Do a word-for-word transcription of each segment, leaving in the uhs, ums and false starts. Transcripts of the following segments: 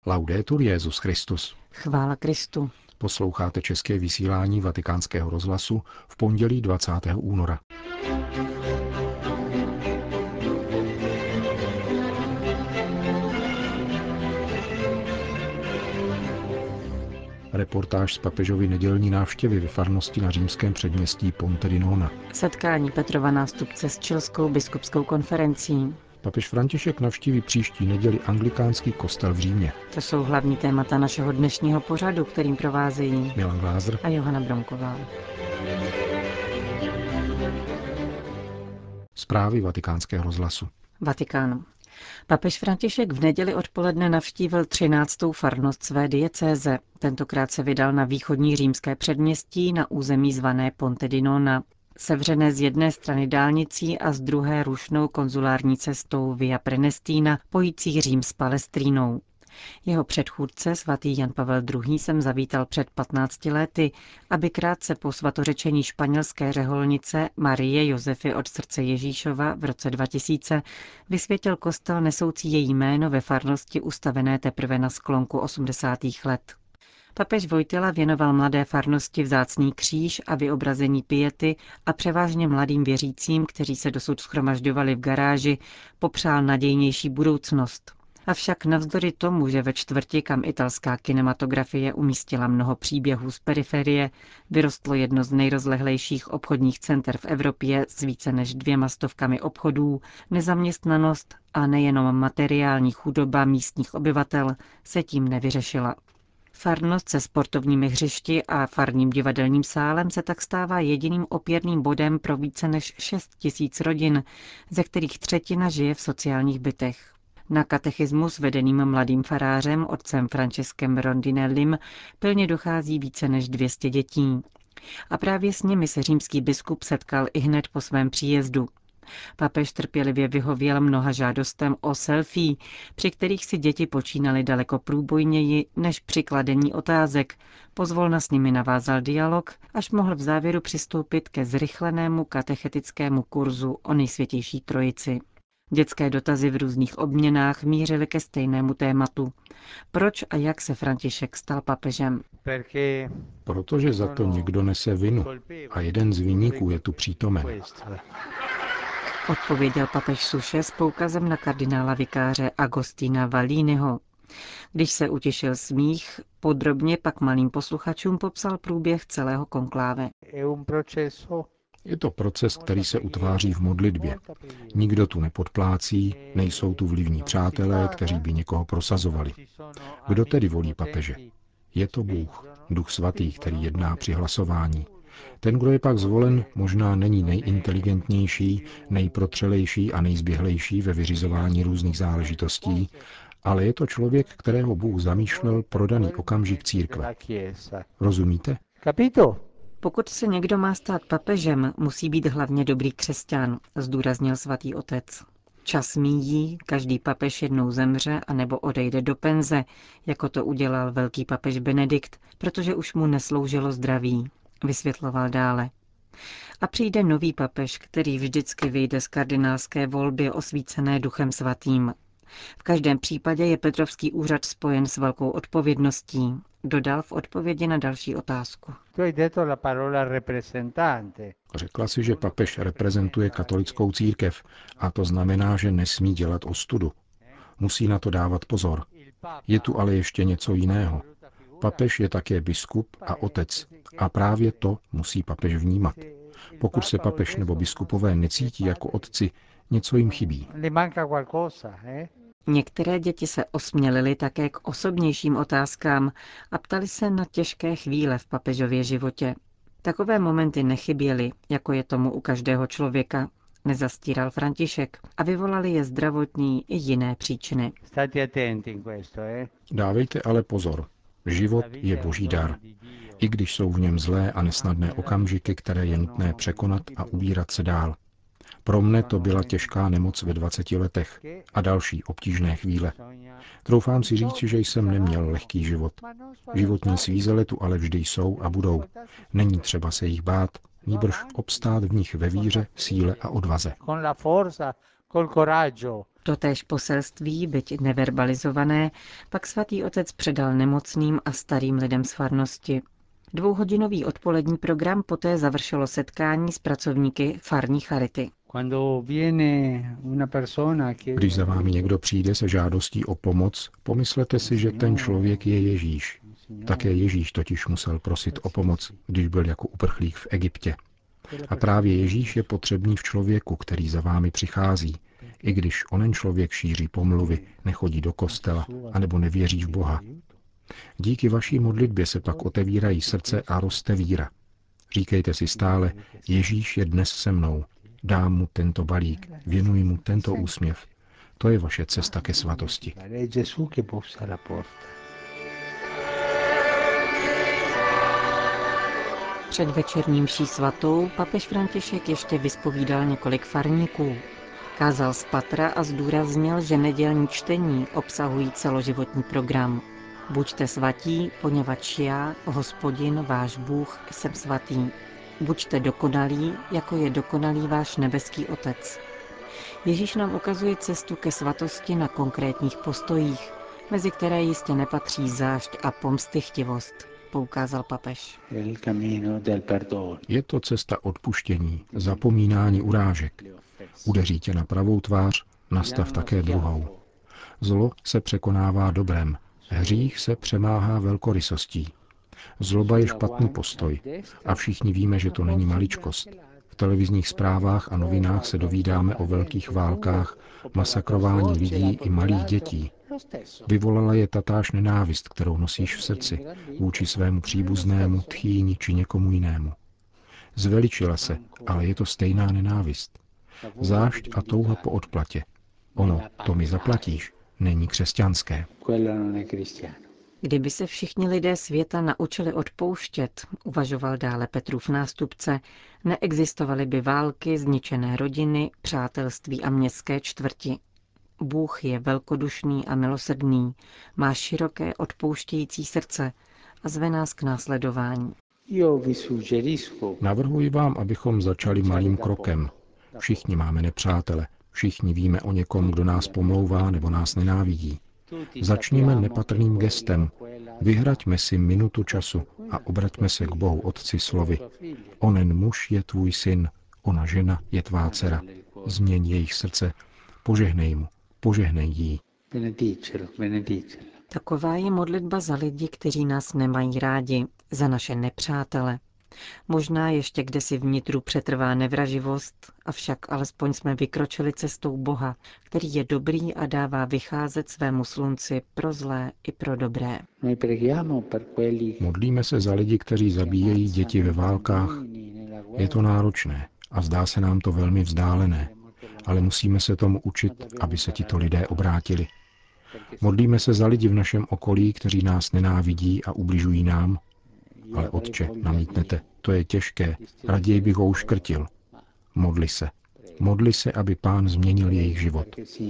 Laudetur Jesus Christus. Chvála Kristu. Posloucháte české vysílání Vatikánského rozhlasu v pondělí dvacátého února. Reportáž z papežovy nedělní návštěvy ve farnosti na římském předměstí Ponte di Nona. Setkání Petrova nástupce s Chilskou biskupskou konferencí. Papež František navštíví příští neděli anglikánský kostel v Římě. To jsou hlavní témata našeho dnešního pořadu, kterým provázejí Milan Glázer a Johana Bromková. Zprávy Vatikánského rozhlasu. Vatikán. Papež František v neděli odpoledne navštívil třináctou farnost své diecéze. Tentokrát se vydal na východní římské předměstí na území zvané Ponte di Nona, sevřené z jedné strany dálnicí a z druhé rušnou konzulární cestou Via Prenestina, pojící Řím s Palestrínou. Jeho předchůdce, svatý Jan Pavel druhý., sem zavítal před patnácti lety, aby krátce po svatořečení španělské řeholnice Marie Josefy od srdce Ježíšova v roce dva tisíce vysvětil kostel nesoucí její jméno ve farnosti ustavené teprve na sklonku osmdesátých let. Papež Vojtila věnoval mladé farnosti vzácný kříž a vyobrazení Piety a převážně mladým věřícím, kteří se dosud shromažďovali v garáži, popřál nadějnější budoucnost. Avšak navzdory tomu, že ve čtvrti, kam italská kinematografie umístila mnoho příběhů z periferie, vyrostlo jedno z nejrozlehlejších obchodních center v Evropě s více než dvěma stovkami obchodů, nezaměstnanost a nejenom materiální chudoba místních obyvatel se tím nevyřešila. Farnost se sportovními hřišti a farním divadelním sálem se tak stává jediným opěrným bodem pro více než šest tisíc rodin, ze kterých třetina žije v sociálních bytech. Na katechismus vedeným mladým farářem otcem Franceskem Rondinellim pilně dochází více než dvě stě dětí. A právě s nimi se římský biskup setkal ihned po svém příjezdu. Papež trpělivě vyhověl mnoha žádostem o selfie, při kterých si děti počínaly daleko průbojněji než při kladení otázek. Pozvolna s nimi navázal dialog, až mohl v závěru přistoupit ke zrychlenému katechetickému kurzu o Nejsvětější Trojici. Dětské dotazy v různých obměnách mířily ke stejnému tématu. Proč a jak se František stal papežem? Protože za to někdo nese vinu a jeden z viníků je tu přítomen. Odpověděl papež Suše s poukazem na kardinála vikáře Agostina Valiniho. Když se utěšil smích, podrobně pak malým posluchačům popsal průběh celého konkláve. Je to proces, který se utváří v modlitbě. Nikdo tu nepodplácí, nejsou tu vlivní přátelé, kteří by někoho prosazovali. Kdo tedy volí papeže? Je to Bůh, Duch svatý, který jedná při hlasování. Ten, kdo je pak zvolen, možná není nejinteligentnější, nejprotřelejší a nejzběhlejší ve vyřizování různých záležitostí, ale je to člověk, kterého Bůh zamýšlel pro daný okamžik církve. Rozumíte? Pokud se někdo má stát papežem, musí být hlavně dobrý křesťan, zdůraznil svatý otec. Čas míjí, každý papež jednou zemře anebo odejde do penze, jako to udělal velký papež Benedikt, protože už mu nesloužilo zdraví, vysvětloval dále. A přijde nový papež, který vždycky vyjde z kardinálské volby osvícené Duchem svatým. V každém případě je Petrovský úřad spojen s velkou odpovědností, dodal v odpovědi na další otázku. Řekla si, že papež reprezentuje katolickou církev a to znamená, že nesmí dělat ostudu. Musí na to dávat pozor. Je tu ale ještě něco jiného. Papež je také biskup a otec a právě to musí papež vnímat. Pokud se papež nebo biskupové necítí jako otci, něco jim chybí. Některé děti se osmělily také k osobnějším otázkám a ptali se na těžké chvíle v papežově životě. Takové momenty nechyběly, jako je tomu u každého člověka, nezastíral František, a vyvolali je zdravotní i jiné příčiny. Dávejte ale pozor. Život je boží dar, i když jsou v něm zlé a nesnadné okamžiky, které je nutné překonat a ubírat se dál. Pro mne to byla těžká nemoc ve dvaceti letech a další obtížné chvíle. Troufám si říct, že jsem neměl lehký život. Životní svízele tu ale vždy jsou a budou. Není třeba se jich bát, nýbrž obstát v nich ve víře, síle a odvaze. Totéž poselství, byť neverbalizované, pak svatý otec předal nemocným a starým lidem z farnosti. Dvouhodinový odpolední program poté završilo setkání s pracovníky farní charity. Když za vámi někdo přijde se žádostí o pomoc, pomyslete si, že ten člověk je Ježíš. Také Ježíš totiž musel prosit o pomoc, když byl jako uprchlík v Egyptě. A právě Ježíš je potřebný v člověku, který za vámi přichází, i když onen člověk šíří pomluvy, nechodí do kostela, anebo nevěří v Boha. Díky vaší modlitbě se pak otevírají srdce a roste víra. Říkejte si stále, Ježíš je dnes se mnou, dám mu tento balík, věnuji mu tento úsměv. To je vaše cesta ke svatosti. Před večerní mší svatou papež František ještě vyspovídal několik farníků. Kázal z patra a zdůraznil, že nedělní čtení obsahují celoživotní program. Buďte svatí, poněvadž já, Hospodin, váš Bůh, jsem svatý. Buďte dokonalí, jako je dokonalý váš nebeský Otec. Ježíš nám ukazuje cestu ke svatosti na konkrétních postojích, mezi které jistě nepatří zášť a pomstychtivost, poukázal papež. Je to cesta odpuštění, zapomínání urážek. Udeří tě na pravou tvář, nastav také druhou. Zlo se překonává dobrem, hřích se přemáhá velkorysostí. Zloba je špatný postoj a všichni víme, že to není maličkost. V televizních zprávách a novinách se dovídáme o velkých válkách, masakrování lidí i malých dětí. Vyvolala je tatáž nenávist, kterou nosíš v srdci, vůči svému příbuznému, tchýni či někomu jinému. Zveličila se, ale je to stejná nenávist. Zášť a touha po odplatě. Ono, to mi zaplatíš, není křesťanské. Kdyby se všichni lidé světa naučili odpouštět, uvažoval dále Petrův nástupce, neexistovaly by války, zničené rodiny, přátelství a městské čtvrti. Bůh je velkodušný a milosrdný, má široké odpouštějící srdce a zve nás k následování. Navrhuji vám, abychom začali malým krokem. Všichni máme nepřátele, všichni víme o někom, kdo nás pomlouvá nebo nás nenávidí. Začněme nepatrným gestem. Vyhraďme si minutu času a obraťme se k Bohu Otci slovy. Onen muž je tvůj syn, ona žena je tvá dcera. Změň jejich srdce, požehnej mu, požehnej jí. Taková je modlitba za lidi, kteří nás nemají rádi, za naše nepřátele. Možná ještě kdesi vnitru přetrvá nevraživost, avšak alespoň jsme vykročili cestou Boha, který je dobrý a dává vycházet svému slunci pro zlé i pro dobré. Modlíme se za lidi, kteří zabíjejí děti ve válkách. Je to náročné a zdá se nám to velmi vzdálené, ale musíme se tomu učit, aby se tito lidé obrátili. Modlíme se za lidi v našem okolí, kteří nás nenávidí a ubližují nám. Ale otče, namítnete, to je těžké, raději bych ho uškrtil. Modli se. Modli se, aby Pán změnil jejich život.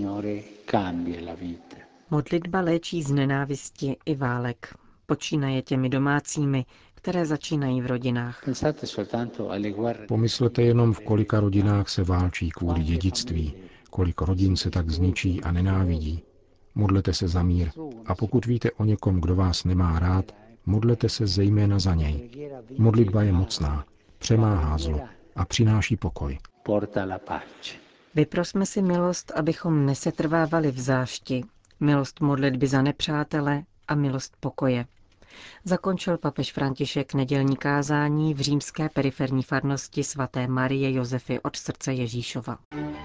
Modlitba léčí z nenávisti i válek. Počínaje těmi domácími, které začínají v rodinách. Pomyslete jenom, v kolika rodinách se válčí kvůli dědictví, kolik rodin se tak zničí a nenávidí. Modlete se za mír a pokud víte o někom, kdo vás nemá rád, modlete se zejména za něj. Modlitba je mocná, přemáhá zlo a přináší pokoj. Vyprosme si milost, abychom nesetrvávali v zášti, milost modlitby za nepřátele a milost pokoje. Zakončil papež František nedělní kázání v římské periferní farnosti svaté Marie Josefy od srdce Ježíšova.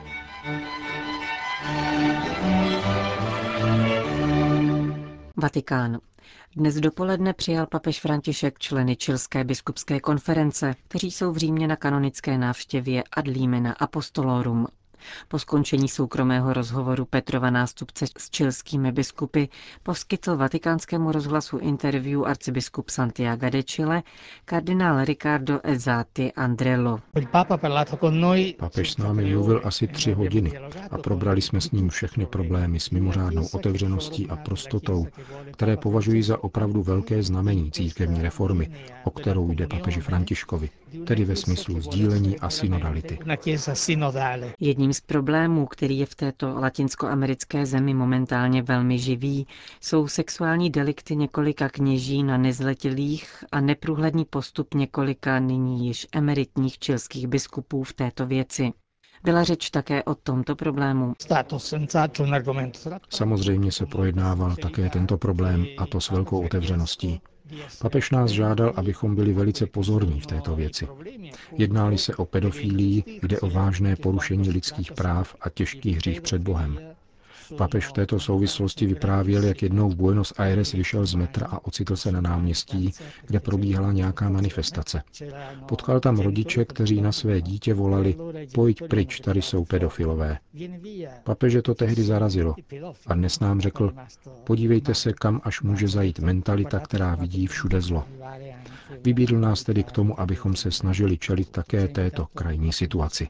Vatikán. Dnes dopoledne přijal papež František členy Chilské biskupské konference, kteří jsou v Římě na kanonické návštěvě ad limina apostolorum. Po skončení soukromého rozhovoru Petrova nástupce s chilskými biskupy poskytl vatikánskému rozhlasu interview arcibiskup Santiago de Chile kardinál Riccardo Ezzati Andrello. Papež s námi mluvil asi tři hodiny a probrali jsme s ním všechny problémy s mimořádnou otevřeností a prostotou, které považují za opravdu velké znamení církevní reformy, o kterou jde papeži Františkovi. tedy ve smyslu sdílení a synodality. Jedním z problémů, který je v této latinskoamerické zemi momentálně velmi živý, jsou sexuální delikty několika kněží na nezletilých a neprůhledný postup několika nyní již emeritních chilských biskupů v této věci. Byla řeč také o tomto problému. Samozřejmě se projednával také tento problém, a to s velkou otevřeností. Papež nás žádal, abychom byli velice pozorní v této věci. Jedná-li se o pedofílii, jde o vážné porušení lidských práv a těžký hřích před Bohem. Papež v této souvislosti vyprávěl, jak jednou v Buenos Aires vyšel z metra a ocitl se na náměstí, kde probíhala nějaká manifestace. Potkal tam rodiče, kteří na své dítě volali: pojď pryč, tady jsou pedofilové. Papeže to tehdy zarazilo a dnes nám řekl: podívejte se, kam až může zajít mentalita, která vidí všude zlo. Vybídl nás tedy k tomu, abychom se snažili čelit také této krajní situaci.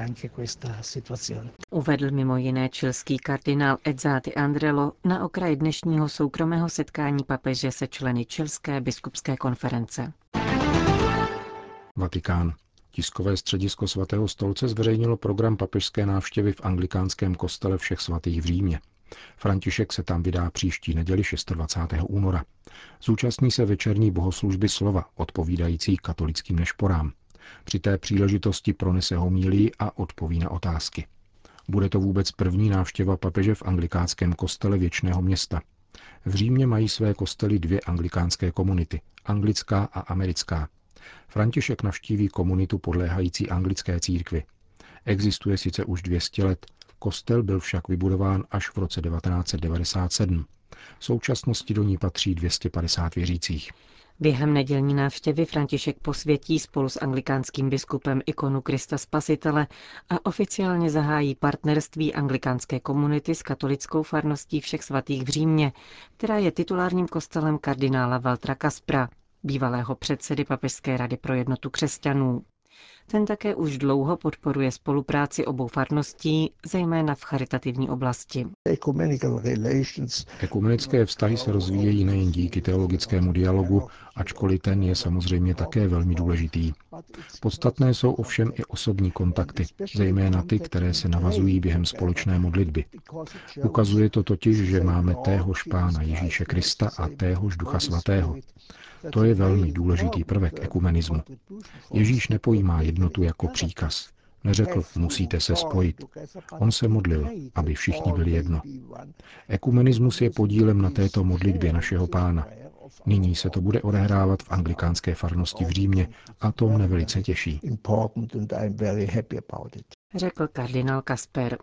Uvedl mimo jiné chilský kardinál Edzáty Andrelo na okraji dnešního soukromého setkání papeže se členy Chilské biskupské konference. Vatikán. Tiskové středisko svatého stolce zveřejnilo program papežské návštěvy v anglikánském kostele Všech svatých v Římě. František se tam vydá příští neděli dvacátého šestého února. Zúčastní se večerní bohoslužby slova, odpovídající katolickým nešporám. Při té příležitosti pronese homílii a odpoví na otázky. Bude to vůbec první návštěva papeže v anglikánském kostele Věčného města. V Římě mají své kostely dvě anglikánské komunity, anglická a americká. František navštíví komunitu podléhající anglické církvi. Existuje sice už dvě stě let, kostel byl však vybudován až v roce devatenáct set devadesát sedm. V současnosti do ní patří dvě stě padesát věřících. Během nedělní návštěvy František posvětí spolu s anglikánským biskupem ikonu Krista Spasitele a oficiálně zahájí partnerství anglikánské komunity s katolickou farností Všech svatých v Římě, která je titulárním kostelem kardinála Waltera Kaspra, bývalého předsedy Papežské rady pro jednotu křesťanů. Ten také už dlouho podporuje spolupráci obou farností, zejména v charitativní oblasti. Ekumenické vztahy se rozvíjejí nejen díky teologickému dialogu, ačkoliv ten je samozřejmě také velmi důležitý. Podstatné jsou ovšem i osobní kontakty, zejména ty, které se navazují během společné modlitby. Ukazuje to totiž, že máme téhož Pána Ježíše Krista a téhož Ducha Svatého. To je velmi důležitý prvek ekumenismu. Ježíš nepojímá jednotu jako příkaz. Neřekl, musíte se spojit. On se modlil, aby všichni byli jedno. Ekumenismus je podílem na této modlitbě našeho Pána. Nyní se to bude odehrávat v anglikánské farnosti v Římě a to mne velice těší. Řekl kardinál Kasper.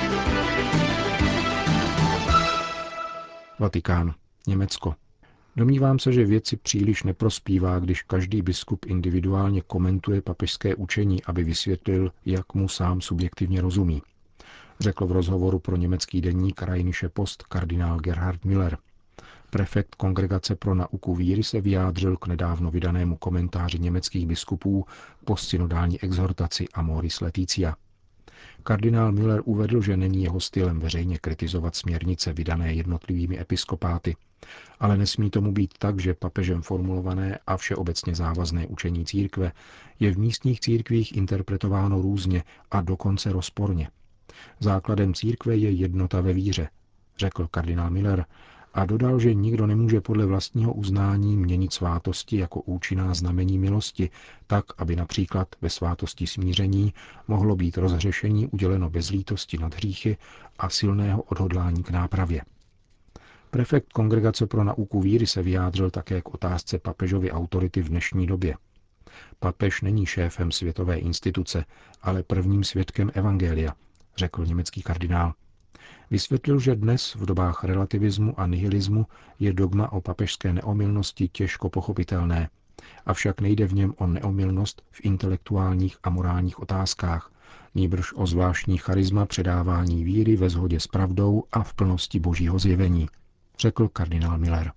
Vatikán. Německo. Domnívám se, že věci příliš neprospívá, když každý biskup individuálně komentuje papežské učení, aby vysvětlil, jak mu sám subjektivně rozumí, řekl v rozhovoru pro německý deník Rheinische Post kardinál Gerhard Müller. Prefekt Kongregace pro nauku víry se vyjádřil k nedávno vydanému komentáři německých biskupů postsynodální exhortaci Amoris Laetitia. Kardinál Müller uvedl, že není jeho stylem veřejně kritizovat směrnice vydané jednotlivými episkopáty, ale nesmí tomu být tak, že papežem formulované a všeobecně závazné učení církve je v místních církvích interpretováno různě a dokonce rozporně. Základem církve je jednota ve víře, řekl kardinál Müller a dodal, že nikdo nemůže podle vlastního uznání měnit svátosti jako účinná znamení milosti, tak, aby například ve svátosti smíření mohlo být rozhřešení uděleno bez lítosti nad hříchy a silného odhodlání k nápravě. Prefekt Kongregace pro nauku víry se vyjádřil také k otázce papežovy autority v dnešní době. Papež není šéfem světové instituce, ale prvním svědkem evangelia, řekl německý kardinál. Vysvětlil, že dnes v dobách relativismu a nihilismu je dogma o papežské neomylnosti těžko pochopitelné, avšak nejde v něm o neomylnost v intelektuálních a morálních otázkách, nýbrž o zvláštní charisma předávání víry ve shodě s pravdou a v plnosti božího zjevení, řekl kardinál Müller.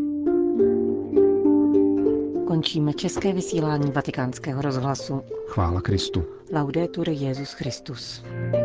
Končíme české vysílání Vatikánského rozhlasu. Chvála Kristu. Laudetur Jesus Christus.